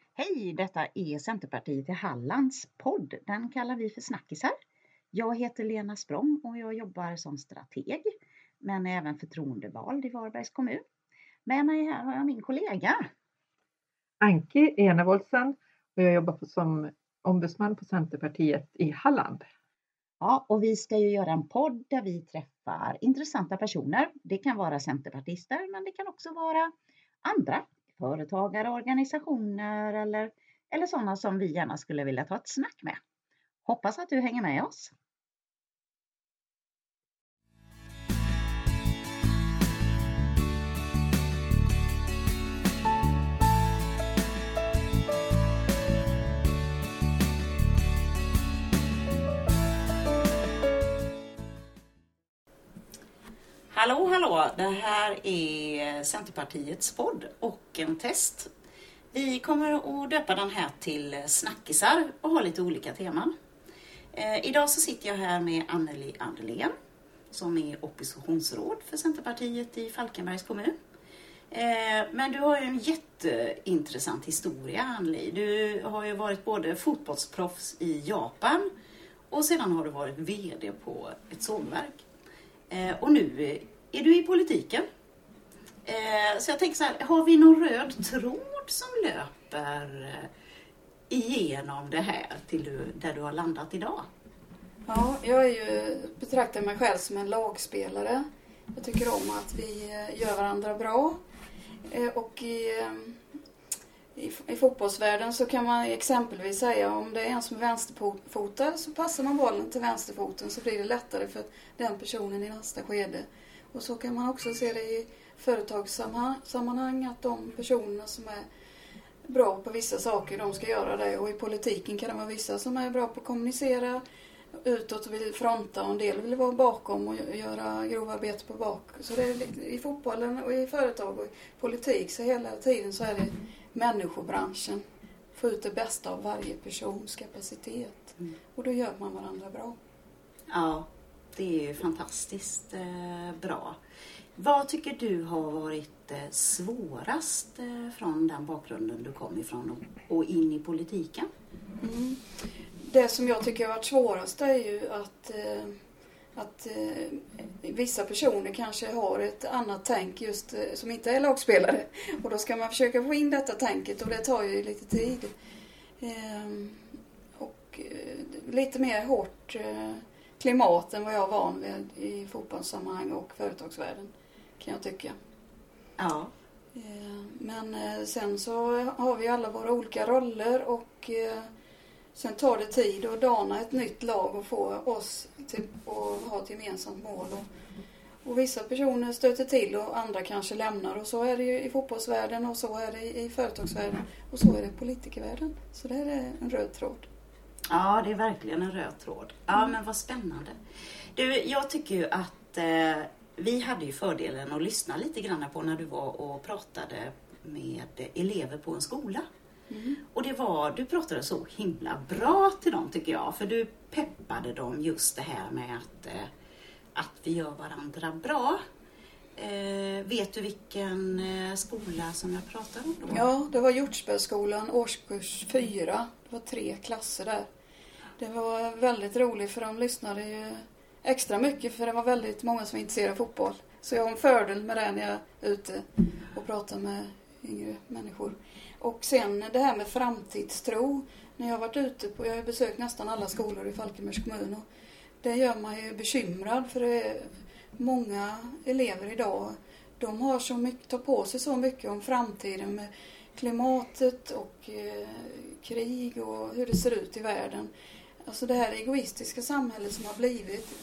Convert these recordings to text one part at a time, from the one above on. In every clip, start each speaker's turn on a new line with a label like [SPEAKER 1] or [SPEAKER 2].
[SPEAKER 1] Hej, detta är Centerpartiet i Hallands podd. Den kallar vi för Snackisar. Jag heter Lena Språng och jag jobbar som strateg, men är även förtroendevald i Varbergs kommun. Med mig här har jag min kollega
[SPEAKER 2] Anki Enevoldsen och jag jobbar som ombudsman på Centerpartiet i Halland.
[SPEAKER 1] Ja, och vi ska ju göra en podd där vi träffar intressanta personer. Det kan vara centerpartister, men det kan också vara andra företagare, organisationer eller sådana som vi gärna skulle vilja ta ett snack med. Hoppas att du hänger med oss. Hallå, det här är Centerpartiets podd och en test. Vi kommer att döpa den här till Snackisar och ha lite olika teman. Idag så sitter jag här med Anneli Andelén som är oppositionsråd för Centerpartiet i Falkenbergs kommun. Men du har ju en jätteintressant historia, Anneli. Du har ju varit både fotbollsproffs i Japan och sedan har du varit vd på ett sågverk. Och nu är du i politiken. Så jag tänker så här, har vi någon röd tråd som löper igenom det här till där du har landat idag?
[SPEAKER 3] Ja, jag betraktar mig själv som en lagspelare. Jag tycker om att vi gör varandra bra. Och i fotbollsvärlden så kan man exempelvis säga om det är en som är vänsterfotad så passar man bollen till vänsterfoten så blir det lättare för den personen i nästa skede. Och så kan man också se det i företagssammanhang att de personerna som är bra på vissa saker, de ska göra det. Och i politiken kan det vara vissa som är bra på att kommunicera utåt och vill fronta och en del vill vara bakom och göra grovarbete på bak. Så det är i fotbollen och i företag och i politik så hela tiden så är det människobranschen. Få ut det bästa av varje persons kapacitet. Och då gör man varandra bra.
[SPEAKER 1] Ja, det är ju fantastiskt bra. Vad tycker du har varit svårast från den bakgrunden du kom ifrån och in i politiken?
[SPEAKER 3] Det som jag tycker har varit svårast är ju att vissa personer kanske har ett annat tänk just som inte är lagspelare. Och då ska man försöka få in detta tänket och det tar ju lite tid. Och lite mer hårt klimat än vad jag är van vid i fotbollssammanhang och företagsvärlden kan jag tycka.
[SPEAKER 1] Ja.
[SPEAKER 3] Men sen så har vi alla våra olika roller och sen tar det tid att dana ett nytt lag och få oss att ha ett gemensamt mål. Och vissa personer stöter till och andra kanske lämnar. Och så är det ju i fotbollsvärlden och så är det i företagsvärlden och så är det i politikervärlden. Så det är en röd tråd.
[SPEAKER 1] Ja, det är verkligen en röd tråd. Ja, men vad spännande. Du, jag tycker ju att vi hade ju fördelen att lyssna lite grann på när du var och pratade med elever på en skola. Och du pratade så himla bra till dem tycker jag. För du peppade dem just det här med att vi gör varandra bra. Vet du vilken skola som jag pratade om då?
[SPEAKER 3] Ja, det var Hjortsbergsskolan, årskurs 4. Det var 3 klasser där. Det var väldigt roligt för de lyssnade ju extra mycket för det var väldigt många som var intresserade av fotboll. Så jag har en fördel med det när jag är ute och pratar med yngre människor. Och sen det här med framtidstro. När jag har varit ute jag har besökt nästan alla skolor i Falkenbergs kommun. Och det gör man ju bekymrad för det är många elever idag. De har så mycket, tar på sig så mycket om framtiden med klimatet och krig och hur det ser ut i världen. Alltså det här egoistiska samhället som har blivit,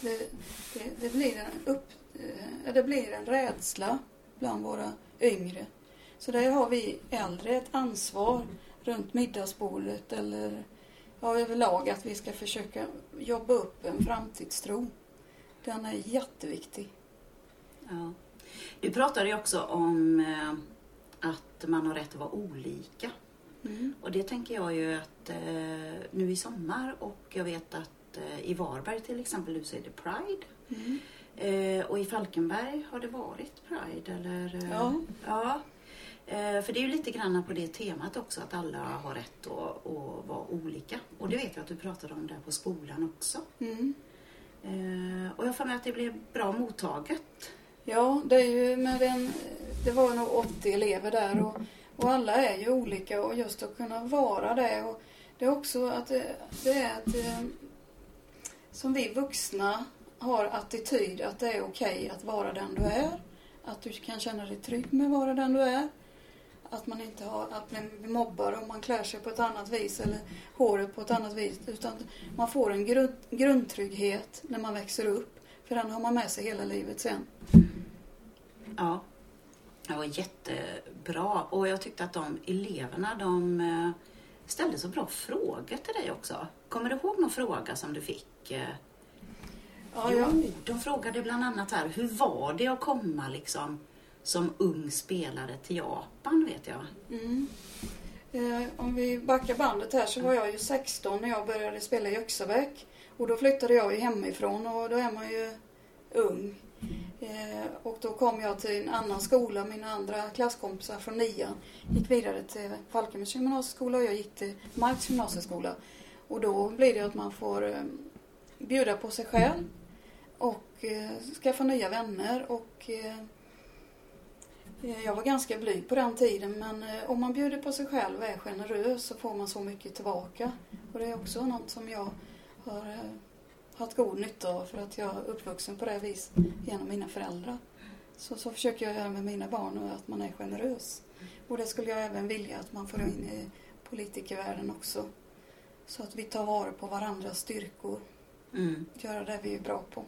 [SPEAKER 3] det blir en rädsla bland våra yngre. Så där har vi äldre ett ansvar runt middagsbordet eller överlag att vi ska försöka jobba upp en framtidstro. Den är jätteviktig.
[SPEAKER 1] Ja. Du pratade ju också om att man har rätt att vara olika. Och det tänker jag ju att nu i sommar och jag vet att i Varberg till exempel nu så är det Pride. Och i Falkenberg har det varit Pride eller?
[SPEAKER 3] Ja.
[SPEAKER 1] Ja. För det är ju lite grann på det temat också, att alla har rätt att vara olika. Och det vet jag att du pratade om där på skolan också.
[SPEAKER 3] Mm.
[SPEAKER 1] Och jag får med att det blev bra mottaget.
[SPEAKER 3] Ja, det är ju det var nog 80 elever där och alla är ju olika, och just att kunna vara det. Och det är också att det är att som vi vuxna har attityd att det är okej att vara den du är. Att du kan känna dig trygg med att vara den du är. Att man inte har att bli mobbad om man klär sig på ett annat vis eller håret på ett annat vis. Utan man får en grundtrygghet när man växer upp. För den har man med sig hela livet sen.
[SPEAKER 1] Ja, det var jättebra. Och jag tyckte att de eleverna, de ställde så bra frågor till dig också. Kommer du ihåg någon fråga som du fick?
[SPEAKER 3] Ja.
[SPEAKER 1] De frågade bland annat här, hur var det att komma liksom som ung spelare till Japan, vet jag.
[SPEAKER 3] Mm. Om vi backar bandet här, så var jag ju 16 när jag började spela i Öxabäck. Och då flyttade jag ju hemifrån, och då är man ju ung. Och då kom jag till en annan skola. Mina andra klasskompisar från 9 gick vidare till Falkenbergs gymnasieskola och jag gick till Marks gymnasieskola. Och då blir det att man får bjuda på sig själv och skaffa nya vänner. Och jag var ganska blyg på den tiden, men om man bjuder på sig själv och är generös så får man så mycket tillbaka. Och det är också något som jag har haft god nytta av, för att jag är uppvuxen på det vis genom mina föräldrar. Så försöker jag göra med mina barn, och att man är generös. Och det skulle jag även vilja att man får in i politikervärlden också. Så att vi tar vara på varandras styrkor. Göra det vi är bra på.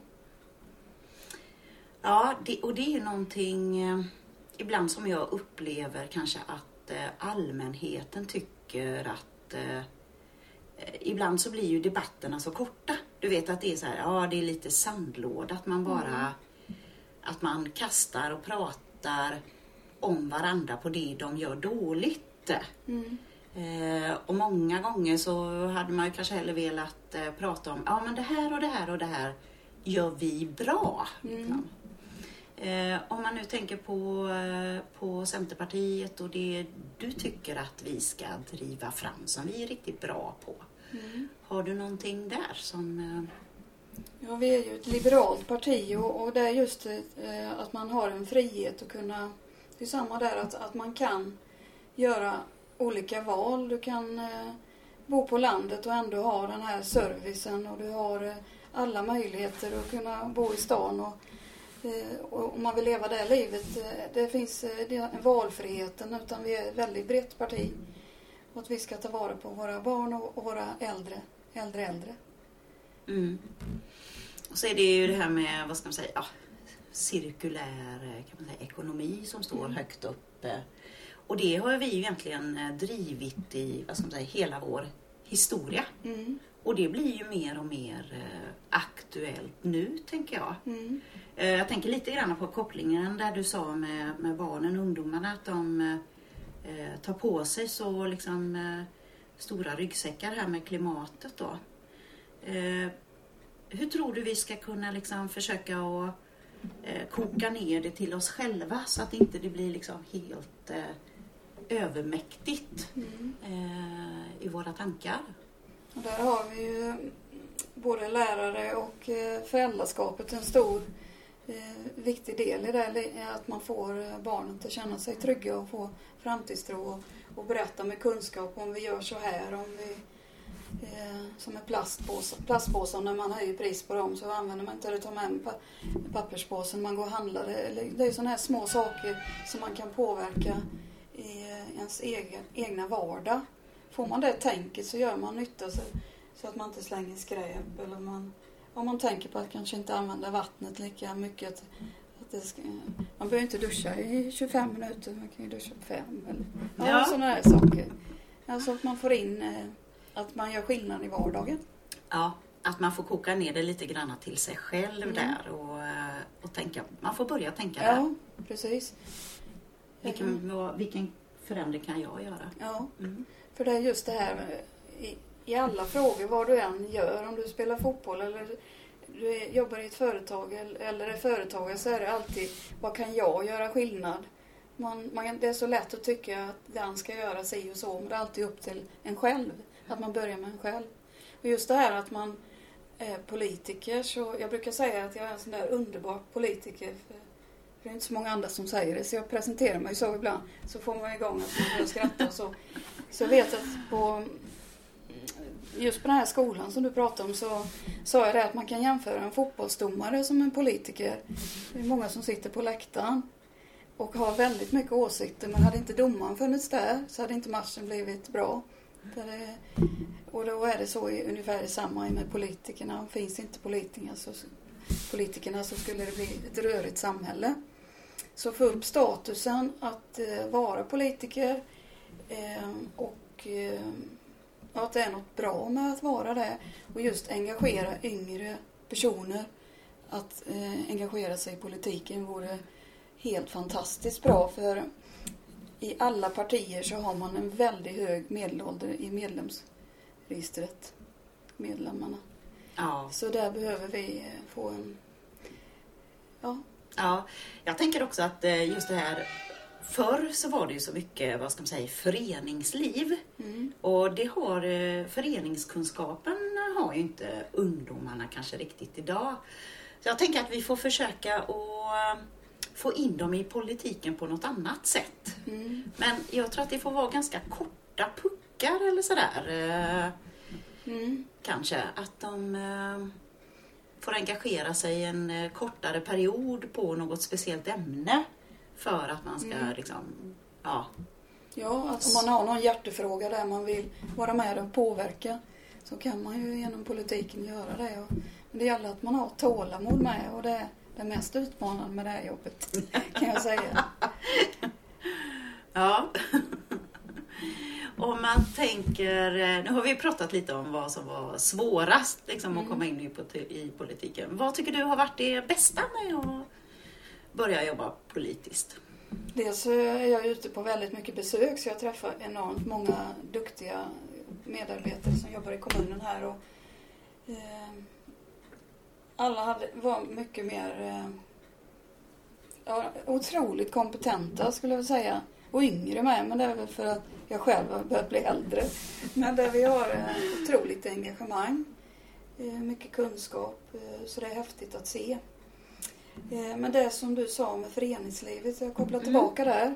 [SPEAKER 1] Ja, och det är ju någonting ibland som jag upplever kanske att allmänheten tycker att ibland så blir ju debatterna så korta. Du vet att det är så här, ja, det är lite sandlåda, att man bara att man kastar och pratar om varandra på det de gör dåligt. Och många gånger så hade man ju kanske hellre velat prata om, ja men det här och det här och det här gör vi bra. Om man nu tänker på Centerpartiet och det du tycker att vi ska driva fram som vi är riktigt bra på. Har du någonting där som...
[SPEAKER 3] Ja, vi är ju ett liberalt parti, och det är just att man har en frihet att kunna... Det är samma där att man kan göra olika val. Du kan bo på landet och ändå ha den här servicen, och du har alla möjligheter att kunna bo i stan, och om man vill leva det livet. Det finns en valfriheten, utan vi är ett väldigt brett parti. Och att vi ska ta vara på våra barn och våra äldre.
[SPEAKER 1] Och så är det ju det här med, vad ska man säga, cirkulär kan man säga, ekonomi som står högt upp. Och det har vi ju egentligen drivit i, vad ska man säga, hela vår historia. Och det blir ju mer och mer aktuellt nu, tänker jag. Jag tänker lite grann på kopplingen där du sa med barnen och ungdomarna, att de tar på sig så liksom stora ryggsäckar här med klimatet då. Hur tror du vi ska kunna liksom försöka att koka ner det till oss själva, så att inte det blir liksom helt övermäktigt i våra tankar?
[SPEAKER 3] Och där har vi ju både lärare och föräldraskapet en stor viktig del i det, att man får barnen att känna sig trygga och få framtidstro och berätta med kunskap om vi gör så här, om vi som är plastpåsar, när man höjer pris på dem så använder man inte, eller tar med papperspåsen man går och handlar. Det är sådana här små saker som man kan påverka i ens egna vardag. Får man det tänket så gör man nytta, så att man inte slänger skräp, eller om man tänker på att kanske inte använda vattnet lika mycket, man behöver inte duscha i 25 minuter, man kan ju duscha på 5 eller sådana här saker. Alltså att man får in att man gör skillnad i vardagen.
[SPEAKER 1] Ja, att man får koka ner det lite grann till sig själv där och tänka, man får börja tänka där.
[SPEAKER 3] Ja, precis.
[SPEAKER 1] Vilken förändring kan jag göra?
[SPEAKER 3] Ja, för det är just det här i alla frågor, vad du än gör, om du spelar fotboll eller du jobbar i ett företag eller är företagare, så är det alltid, vad kan jag göra skillnad? Det är så lätt att tycka att den ska göra sig och så, men det är alltid upp till en själv. Att man börjar med en själv. Och just det här att man är politiker, så jag brukar säga att jag är en sån där underbar politiker. För det är inte så många andra som säger det, så jag presenterar mig så ibland. Så får man igång att man börjar skratta och så. Så jag vet att just på den här skolan som du pratade om, så sa jag det att man kan jämföra en fotbollsdomare som en politiker. Det är många som sitter på läktaren och har väldigt mycket åsikter, men hade inte domaren funnits där så hade inte matchen blivit bra. Och då är det så ungefär detsamma med politikerna. Finns inte politikerna så skulle det bli ett rörigt samhälle. Så få upp statusen att vara politiker och att det är något bra med att vara det. Och just engagera yngre personer att engagera sig i politiken vore helt fantastiskt bra, för i alla partier så har man en väldigt hög medelålder i medlemsregistret, medlemmarna.
[SPEAKER 1] Ja.
[SPEAKER 3] Så där behöver vi få en...
[SPEAKER 1] Ja, jag tänker också att just det här, förr så var det ju så mycket, vad ska man säga, föreningsliv. Och det har föreningskunskapen har ju inte ungdomarna kanske riktigt idag. Så jag tänker att vi får försöka att få in dem i politiken på något annat sätt. Men jag tror att det får vara ganska korta puckar eller sådär. Kanske att de får engagera sig en kortare period på något speciellt ämne för att man ska liksom,
[SPEAKER 3] Ja, att om man har någon hjärtefråga där man vill vara med och påverka, så kan man ju genom politiken göra det. Men det gäller att man har tålamod med, och det är det mest utmanande med det här jobbet, kan jag säga.
[SPEAKER 1] Ja. Om man tänker, nu har vi pratat lite om vad som var svårast liksom, att komma in i politiken. Vad tycker du har varit det bästa med att börja jobba politiskt?
[SPEAKER 3] Dels är jag ute på väldigt mycket besök, så jag träffar enormt många duktiga medarbetare som jobbar i kommunen här. Och, alla var mycket mer otroligt kompetenta, skulle jag säga. Och yngre med, men det är väl för att jag själv har börjat bli äldre. Men där vi har otroligt engagemang, mycket kunskap, så det är häftigt att se. Men det som du sa med föreningslivet, jag kopplar tillbaka där.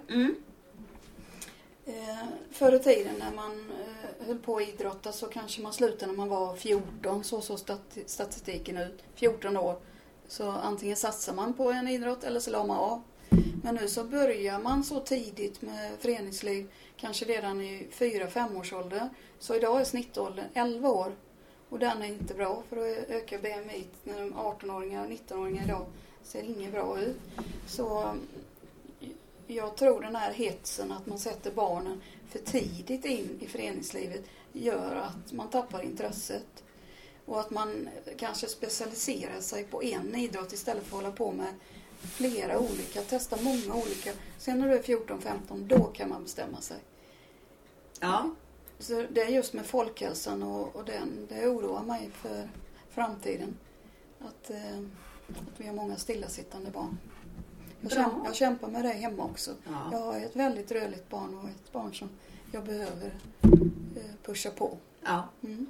[SPEAKER 3] Förr i tiden när man höll på att idrotta, så kanske man slutade när man var 14, så statistiken ut. 14 år. Så antingen satsar man på en idrott eller så la man av. Men nu så börjar man så tidigt med föreningsliv, kanske redan i 4-5 års ålder. Så idag är snittåldern 11 år. Och den är inte bra, för att öka BMI när de 18-åringar och 19-åringar idag ser inget bra ut. Så jag tror den här hetsen att man sätter barnen för tidigt in i föreningslivet gör att man tappar intresset. Och att man kanske specialiserar sig på en idrott istället för att hålla på med flera olika, testa många olika. Sen när du är 14-15, då kan man bestämma sig.
[SPEAKER 1] Ja.
[SPEAKER 3] Så det är just med folkhälsan och det oroar mig för framtiden. Att vi har många stillasittande barn. Jag kämpar med det hemma också. Ja. Jag har ett väldigt rörligt barn och ett barn som jag behöver pusha på.
[SPEAKER 1] Ja.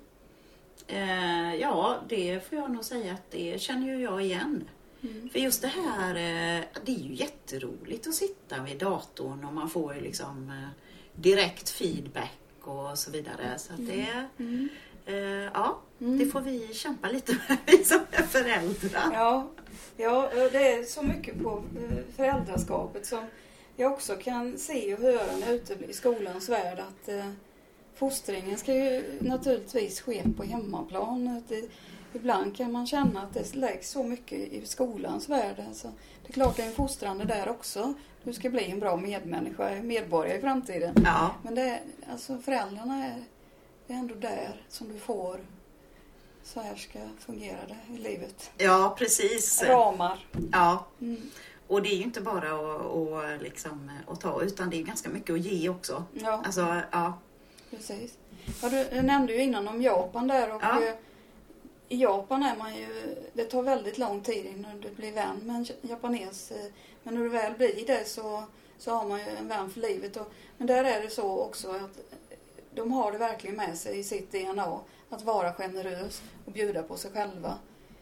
[SPEAKER 1] Ja, det får jag nog säga att det känner ju jag igen. För just det här, det är ju jätteroligt att sitta vid datorn och man får ju liksom direkt feedback och så vidare. Så att det, det får vi kämpa lite med, vi som är föräldrar.
[SPEAKER 3] Ja, det är så mycket på föräldraskapet som jag också kan se och höra när jag är ute i skolans värld, att fostringen ska ju naturligtvis ske på hemmaplan. Ibland kan man känna att det läggs så mycket i skolans värld. Alltså, det är klart det är en fostrande där också. Du ska bli en bra medborgare i framtiden.
[SPEAKER 1] Ja.
[SPEAKER 3] Men alltså föräldrarna är ändå där som du får. Så här ska fungera det i livet.
[SPEAKER 1] Ja, precis.
[SPEAKER 3] Ramar.
[SPEAKER 1] Ja. Och det är ju inte bara att ta, utan det är ganska mycket att ge också.
[SPEAKER 3] Ja.
[SPEAKER 1] Alltså, ja.
[SPEAKER 3] Precis. Ja, du nämnde ju innan om Japan där, och i Japan är man ju, det tar väldigt lång tid innan du blir vän med en japanes, men när du väl blir det så så har man ju en vän för livet. Men där är det så också att de har det verkligen med sig i sitt DNA att vara generös och bjuda på sig själva.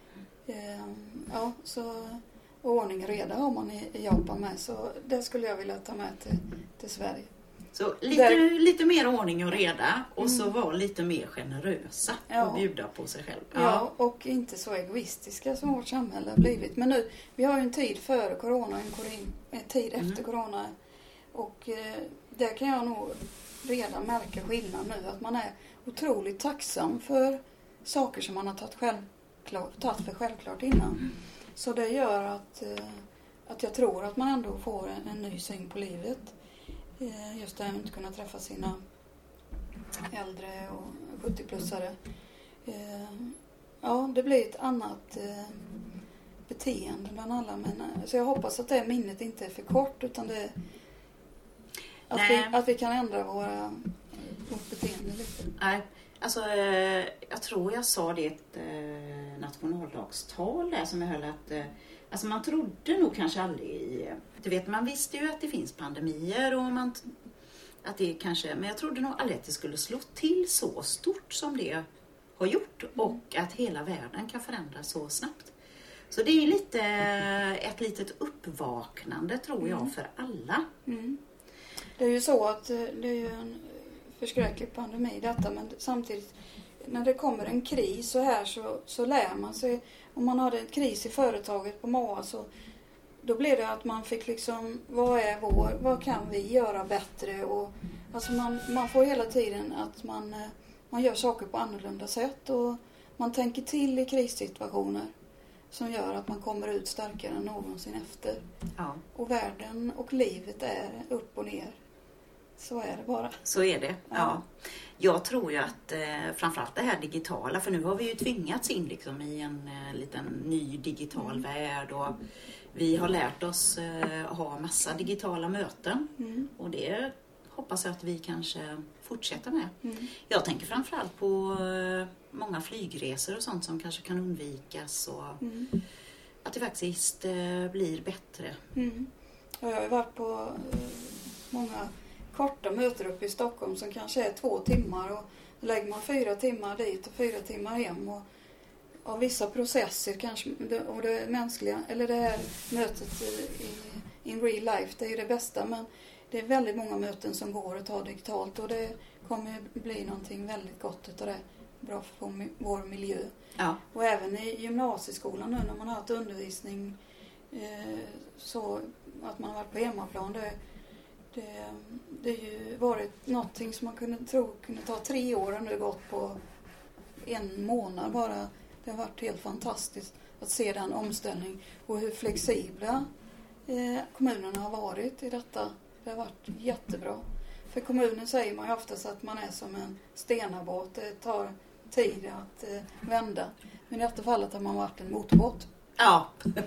[SPEAKER 3] Så ordning och reda har man i Japan med, så det skulle jag vilja ta med till Sverige.
[SPEAKER 1] Så lite mer ordning och reda och så vara lite mer generösa och bjuda på sig själv.
[SPEAKER 3] Ja, och inte så egoistiska som vårt samhälle har blivit. Men nu, vi har ju en tid före corona och en tid efter corona. Och där kan jag nog redan märka skillnad nu. Att man är otroligt tacksam för saker som man har tagit för självklart innan. Så det gör att jag tror att man ändå får en ny syn på livet. Just det att inte kunna träffa sina äldre och 70-plussare. Det blir ett annat beteende bland alla. Så jag hoppas att det minnet inte är för kort, utan att vi kan ändra vårt beteende lite.
[SPEAKER 1] Nej, alltså jag tror jag sa det i ett nationaldagstal där som jag höll att alltså man trodde nog kanske aldrig du vet, man visste ju att det finns pandemier och att det kanske, men jag trodde nog aldrig att det skulle slå till så stort som det har gjort och att hela världen kan förändras så snabbt. Så det är lite ett litet uppvaknande tror jag för alla.
[SPEAKER 3] Det är ju så att det är ju en förskräcklig pandemi detta, men samtidigt när det kommer en kris så här så lär man sig. Om man hade en kris i företaget på MOA så då blev det att man fick liksom, vad kan vi göra bättre? Och alltså man får hela tiden att man gör saker på annorlunda sätt och man tänker till i krissituationer som gör att man kommer ut starkare än någonsin efter. Ja. Och världen och livet är upp och ner. Så är det bara.
[SPEAKER 1] Så är det, ja. Jag tror ju att framförallt det här digitala, för nu har vi ju tvingats in liksom i en liten ny digital värld och vi har lärt oss ha massa digitala möten och det hoppas jag att vi kanske fortsätter med. Jag tänker framförallt på många flygresor och sånt som kanske kan undvikas och att det faktiskt blir bättre.
[SPEAKER 3] Jag har varit på många korta möten uppe i Stockholm som kanske är 2 timmar och då lägger man 4 timmar dit och 4 timmar hem och av vissa processer kanske och det mänskliga eller det här mötet in real life, det är ju det bästa, men det är väldigt många möten som går att ta digitalt och det kommer bli någonting väldigt gott utav det, bra för vår miljö. Ja. Och även i gymnasieskolan nu när man har haft undervisning så att man har varit på hemmaplan, det har ju varit någonting som man kunde ta 3 år och nu gått på 1 månad bara. Det har varit helt fantastiskt att se den omställning och hur flexibla kommunerna har varit i detta. Det har varit jättebra. För kommunen säger man ju oftast att man är som en stenabåt. Det tar tid att vända. Men i detta fallet har man varit en motorbåt.
[SPEAKER 1] Ja.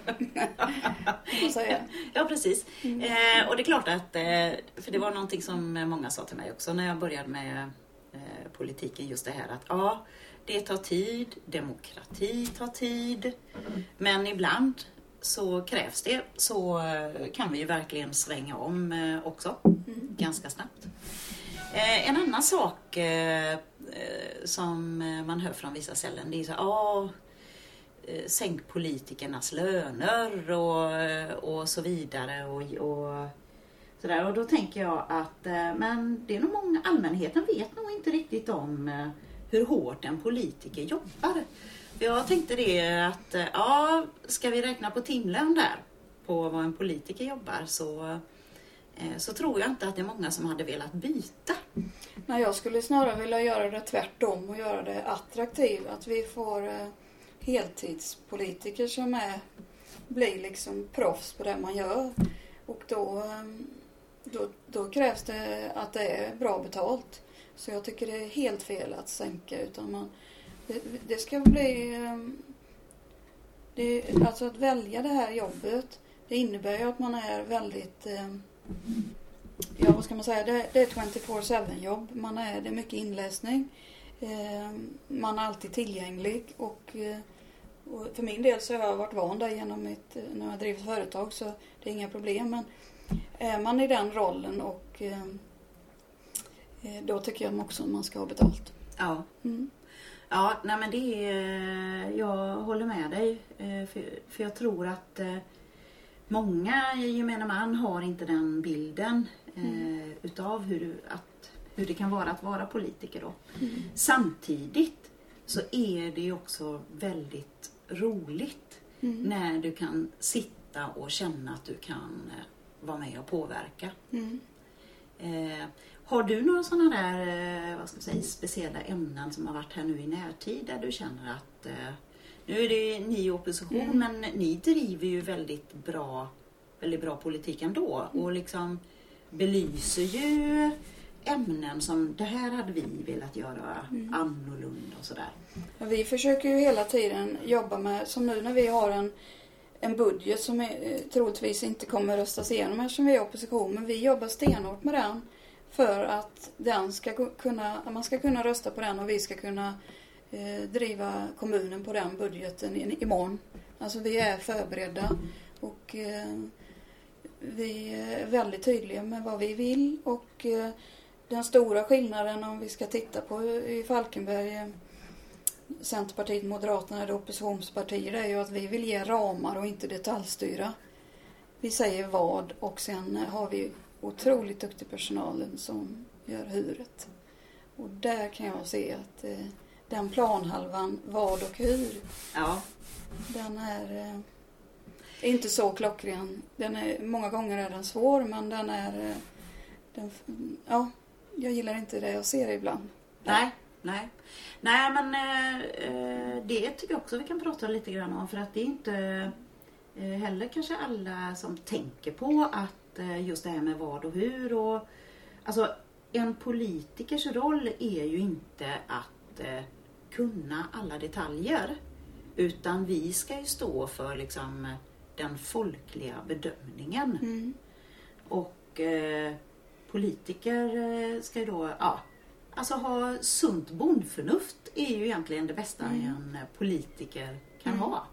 [SPEAKER 3] säga.
[SPEAKER 1] Ja, precis. Och det är klart att, för det var någonting som många sa till mig också när jag började med politiken, just det här att det tar tid, demokrati tar tid, men ibland så krävs det, så kan vi ju verkligen svänga om också ganska snabbt. En annan sak som man hör från vissa ställen, det är så sänk politikernas löner och så vidare och sådär. Och då tänker jag att men det är nog många, allmänheten vet nog inte riktigt om hur hårt en politiker jobbar. Jag tänkte det att ska vi räkna på timlön där på vad en politiker jobbar så tror jag inte att det är många som hade velat byta.
[SPEAKER 3] Nej, jag skulle snarare vilja göra det tvärtom och göra det attraktivt. Att vi får heltidspolitiker som blir liksom proffs på det man gör. Och då krävs det att det är bra betalt. Så jag tycker det är helt fel att sänka, utan det ska bli alltså att välja det här jobbet, det innebär ju att man är väldigt vad ska man säga, det är 24/7 jobb, det är mycket inläsning, man är alltid tillgänglig och för min del så har jag varit van där genom när jag driver företag, så det är inga problem, men är man i den rollen och då tycker jag också att man ska ha betalt.
[SPEAKER 1] Ja. Ja, nej men jag håller med dig. För jag tror att många gemene man har inte den bilden utav hur det kan vara att vara politiker då. Samtidigt så är det ju också väldigt roligt när du kan sitta och känna att du kan vara med och påverka. Har du några sådana där speciella ämnen som har varit här nu i närtid där du känner att nu är det ni i opposition men ni driver ju väldigt bra politik ändå och liksom belyser ju ämnen som det här hade vi velat göra annorlunda och sådär.
[SPEAKER 3] Vi försöker ju hela tiden jobba med, som nu när vi har en budget som troligtvis inte kommer röstas igenom eftersom vi är i opposition, men vi jobbar stenhårt med den för att man ska kunna rösta på den och vi ska kunna driva kommunen på den budgeten imorgon. Alltså vi är förberedda och vi är väldigt tydliga med vad vi vill och den stora skillnaden om vi ska titta på i Falkenberg, Centerpartiet, Moderaterna eller oppositionspartier, är ju att vi vill ge ramar och inte detaljstyra. Vi säger vad och sen har vi otroligt duktig personalen som gör huret. Och där kan jag se att den planhalvan, vad och hur, den är inte så klockren. Många gånger är den svår, men jag gillar inte det jag ser ibland.
[SPEAKER 1] Nej, men det tycker jag också vi kan prata lite grann om, för att det är inte heller kanske alla som tänker på att just det här med vad och hur och alltså en politikers roll är ju inte att kunna alla detaljer, utan vi ska ju stå för liksom den folkliga bedömningen. Och politiker ska ju då alltså ha sunt bondförnuft är ju egentligen det bästa en politiker kan ha.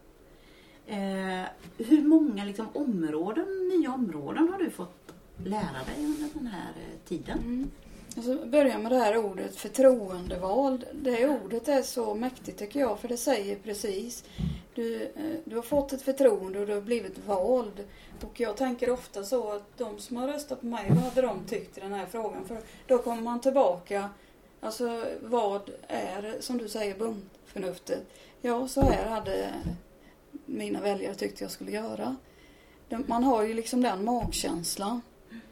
[SPEAKER 1] Hur många liksom nya områden har du fått lära dig under den här tiden?
[SPEAKER 3] Alltså börja med det här ordet förtroendevald. Det ordet är så mäktigt tycker jag, för det säger precis. Du har fått ett förtroende och du har blivit vald. Och jag tänker ofta så att de som har röstat på mig, vad hade de tyckt i den här frågan? För då kommer man tillbaka, alltså vad är, som du säger, bondförnuftet? Ja, så här hade mina väljare tyckte jag skulle göra. Man har ju liksom den magkänslan.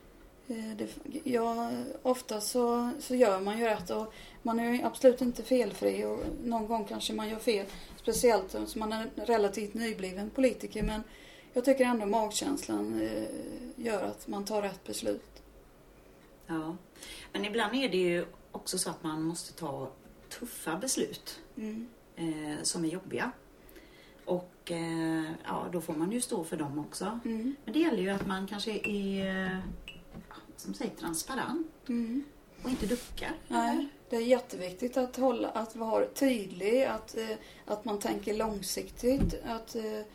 [SPEAKER 3] Ofta så gör man ju rätt och man är ju absolut inte felfri och någon gång kanske man gör fel, speciellt som man är relativt nybliven politiker, men jag tycker ändå magkänslan gör att man tar rätt beslut.
[SPEAKER 1] Ja, men ibland är det ju också så att man måste ta tuffa beslut som är jobbiga. Och då får man ju stå för dem också. Men det gäller ju att man kanske är som säger transparent och inte duckar.
[SPEAKER 3] Nej, det är jätteviktigt att vara tydlig, att man tänker långsiktigt, att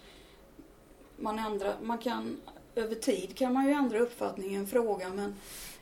[SPEAKER 3] man kan över tid kan man ju ändra uppfattning i en fråga,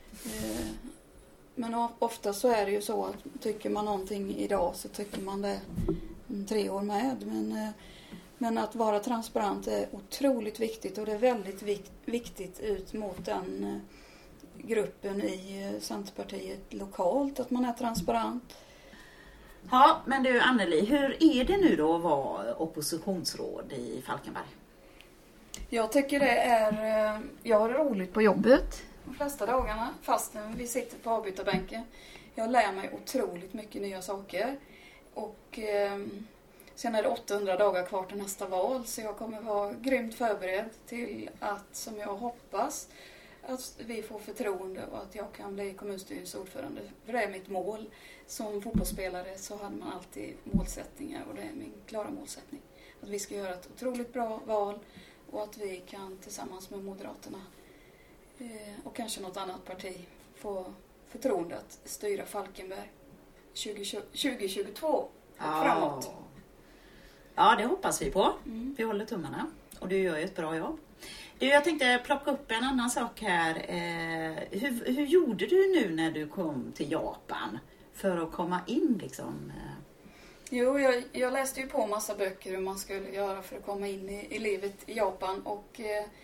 [SPEAKER 3] men ofta så är det ju så att tycker man någonting idag så tycker man det 3 år med, men att vara transparent är otroligt viktigt och det är väldigt viktigt ut mot den gruppen i Centerpartiet lokalt, att man är transparent.
[SPEAKER 1] Ja, men du Anneli, hur är det nu då att vara oppositionsråd i Falkenberg?
[SPEAKER 3] Jag tycker jag har roligt på jobbet de flesta dagarna, fastän vi sitter på avbytarbänken. Jag lär mig otroligt mycket nya saker och sen är det 800 dagar kvar till nästa val, så jag kommer vara grymt förberedd till att, som jag hoppas, att vi får förtroende och att jag kan bli kommunstyrelseordförande. För det är mitt mål. Som fotbollsspelare så hade man alltid målsättningar och det är min klara målsättning. Att vi ska göra ett otroligt bra val och att vi kan tillsammans med Moderaterna och kanske något annat parti få förtroende att styra Falkenberg 2022 och framåt.
[SPEAKER 1] Ja, det hoppas vi på. Vi håller tummarna och du gör ju ett bra jobb. Du, jag tänkte plocka upp en annan sak här. Hur gjorde du nu när du kom till Japan för att komma in liksom?
[SPEAKER 3] Jo, jag läste ju på massa böcker hur man skulle göra för att komma in i livet i Japan. Och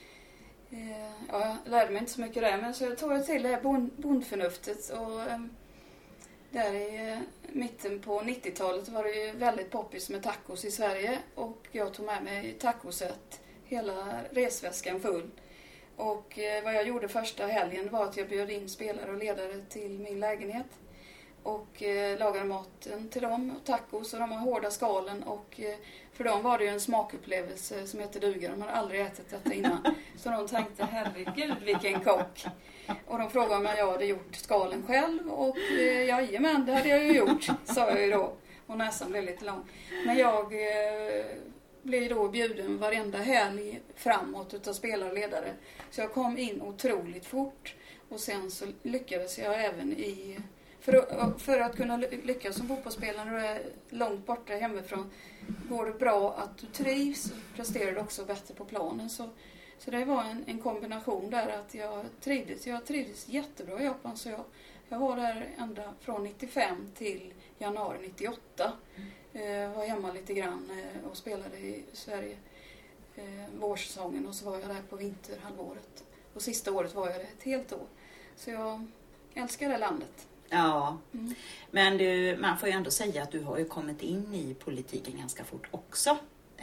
[SPEAKER 3] jag lärde mig inte så mycket där. Men så jag tog till det här bondförnuftet. Och där i mitten på 90-talet var det ju väldigt poppis med tacos i Sverige. Och jag tog med mig tacoset, hela resväskan full. Och vad jag gjorde första helgen var att jag bjöd in spelare och ledare till min lägenhet. Och lagade maten till dem, och tacos, och de har hårda skalen. Och för dem var det ju en smakupplevelse som heter duga. De hade aldrig ätit detta innan. Så de tänkte, herregud vilken kock. Och de frågade om jag hade gjort skalen själv. Och jajamän, det hade jag ju gjort, sa jag ju då. Och nästan blev lite lång. Men jag blev då bjuden varenda helg framåt utav spelare och ledare. Så jag kom in otroligt fort. Och sen så lyckades jag även i... För att kunna lyckas som fotbollsspelare när du är långt borta hemifrån, går det bra att du trivs och presterar också bättre på planen. Så det var en kombination där att jag trivdes jättebra i Japan. Så jag var där ända från 95 till januari 98. Var hemma lite grann och spelade i Sverige vårsäsongen, och så var jag där på vinterhalvåret. Och sista året var jag där ett helt år. Så jag älskar det landet.
[SPEAKER 1] Ja, men man får ju ändå säga att du har ju kommit in i politiken ganska fort också.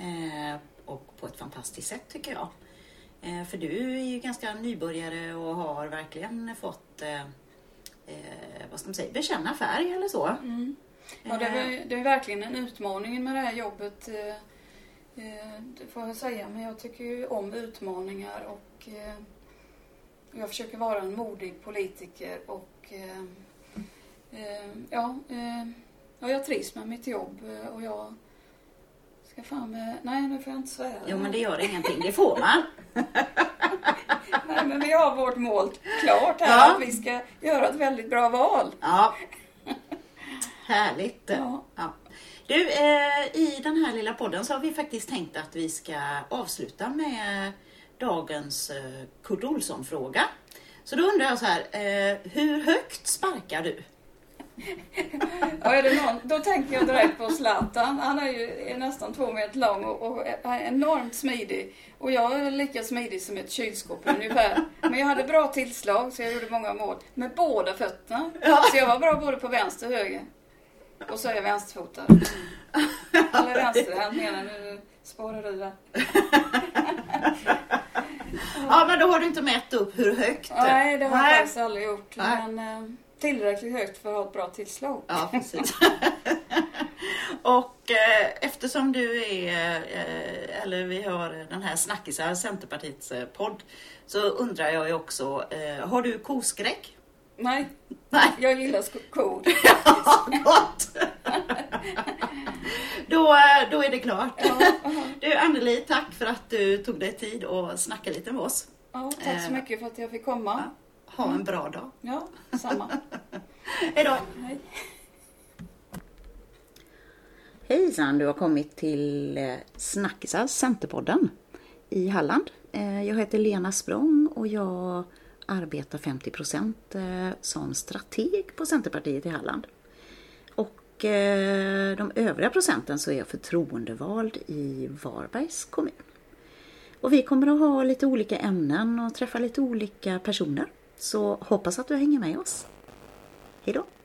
[SPEAKER 1] Och på ett fantastiskt sätt tycker jag. För du är ju ganska nybörjare och har verkligen fått vad ska man säga, bekänna färg eller så.
[SPEAKER 3] Mm. Ja, det är verkligen en utmaning med det här jobbet. Det får jag säga, men jag tycker ju om utmaningar, och jag försöker vara en modig politiker, och jag trivs med mitt jobb, och jag ska nej, nu får jag inte svära.
[SPEAKER 1] Jo, men det gör ingenting, det får man.
[SPEAKER 3] Nej, men vi har vårt mål klart här, att vi ska göra ett väldigt bra val.
[SPEAKER 1] Ja, härligt.
[SPEAKER 3] Ja.
[SPEAKER 1] Ja. Du, i den här lilla podden så har vi faktiskt tänkt att vi ska avsluta med dagens Kurt Olsson-fråga. Så då undrar jag så här, hur högt sparkar du?
[SPEAKER 3] Ja, är det någon, då tänker jag direkt på Zlatan. Han är nästan 2 meter lång och är enormt smidig. Och jag är lika smidig som ett kylskåp ungefär. Men jag hade bra tillslag, så jag gjorde många mål med båda fötterna.
[SPEAKER 1] Ja.
[SPEAKER 3] Så jag var bra både på vänster och höger. Och så är jag vänsterfotad. Eller vänsterhänt menar nu, spårar du där.
[SPEAKER 1] Ja, men då har du inte mätt upp hur högt.
[SPEAKER 3] Nej, det har jag
[SPEAKER 1] Nej.
[SPEAKER 3] faktiskt aldrig gjort.
[SPEAKER 1] Nej.
[SPEAKER 3] Men tillräckligt högt för att ha ett bra tillslag.
[SPEAKER 1] Ja, precis. Och eftersom du eller vi har den här Snackisar, Centerpartiets podd, så undrar jag ju också, har du koskräck?
[SPEAKER 3] Nej,
[SPEAKER 1] Nej.
[SPEAKER 3] jag gillar kod.
[SPEAKER 1] Ja, gott! Då är det klart.
[SPEAKER 3] Ja,
[SPEAKER 1] Du, Anneli, tack för att du tog dig tid och snacka lite med oss.
[SPEAKER 3] ja, tack så mycket för att jag fick komma.
[SPEAKER 1] Ha en bra dag.
[SPEAKER 3] Ja, samma.
[SPEAKER 1] Hej då!
[SPEAKER 3] Hej.
[SPEAKER 1] Hejsan, du har kommit till Snackisar, Centerpodden i Halland. Jag heter Lena Språng och jag arbetar 50% som strateg på Centerpartiet i Halland. Och de övriga procenten så är jag förtroendevald i Varbergs kommun. Och vi kommer att ha lite olika ämnen och träffa lite olika personer. Så hoppas att du hänger med oss. Hej då!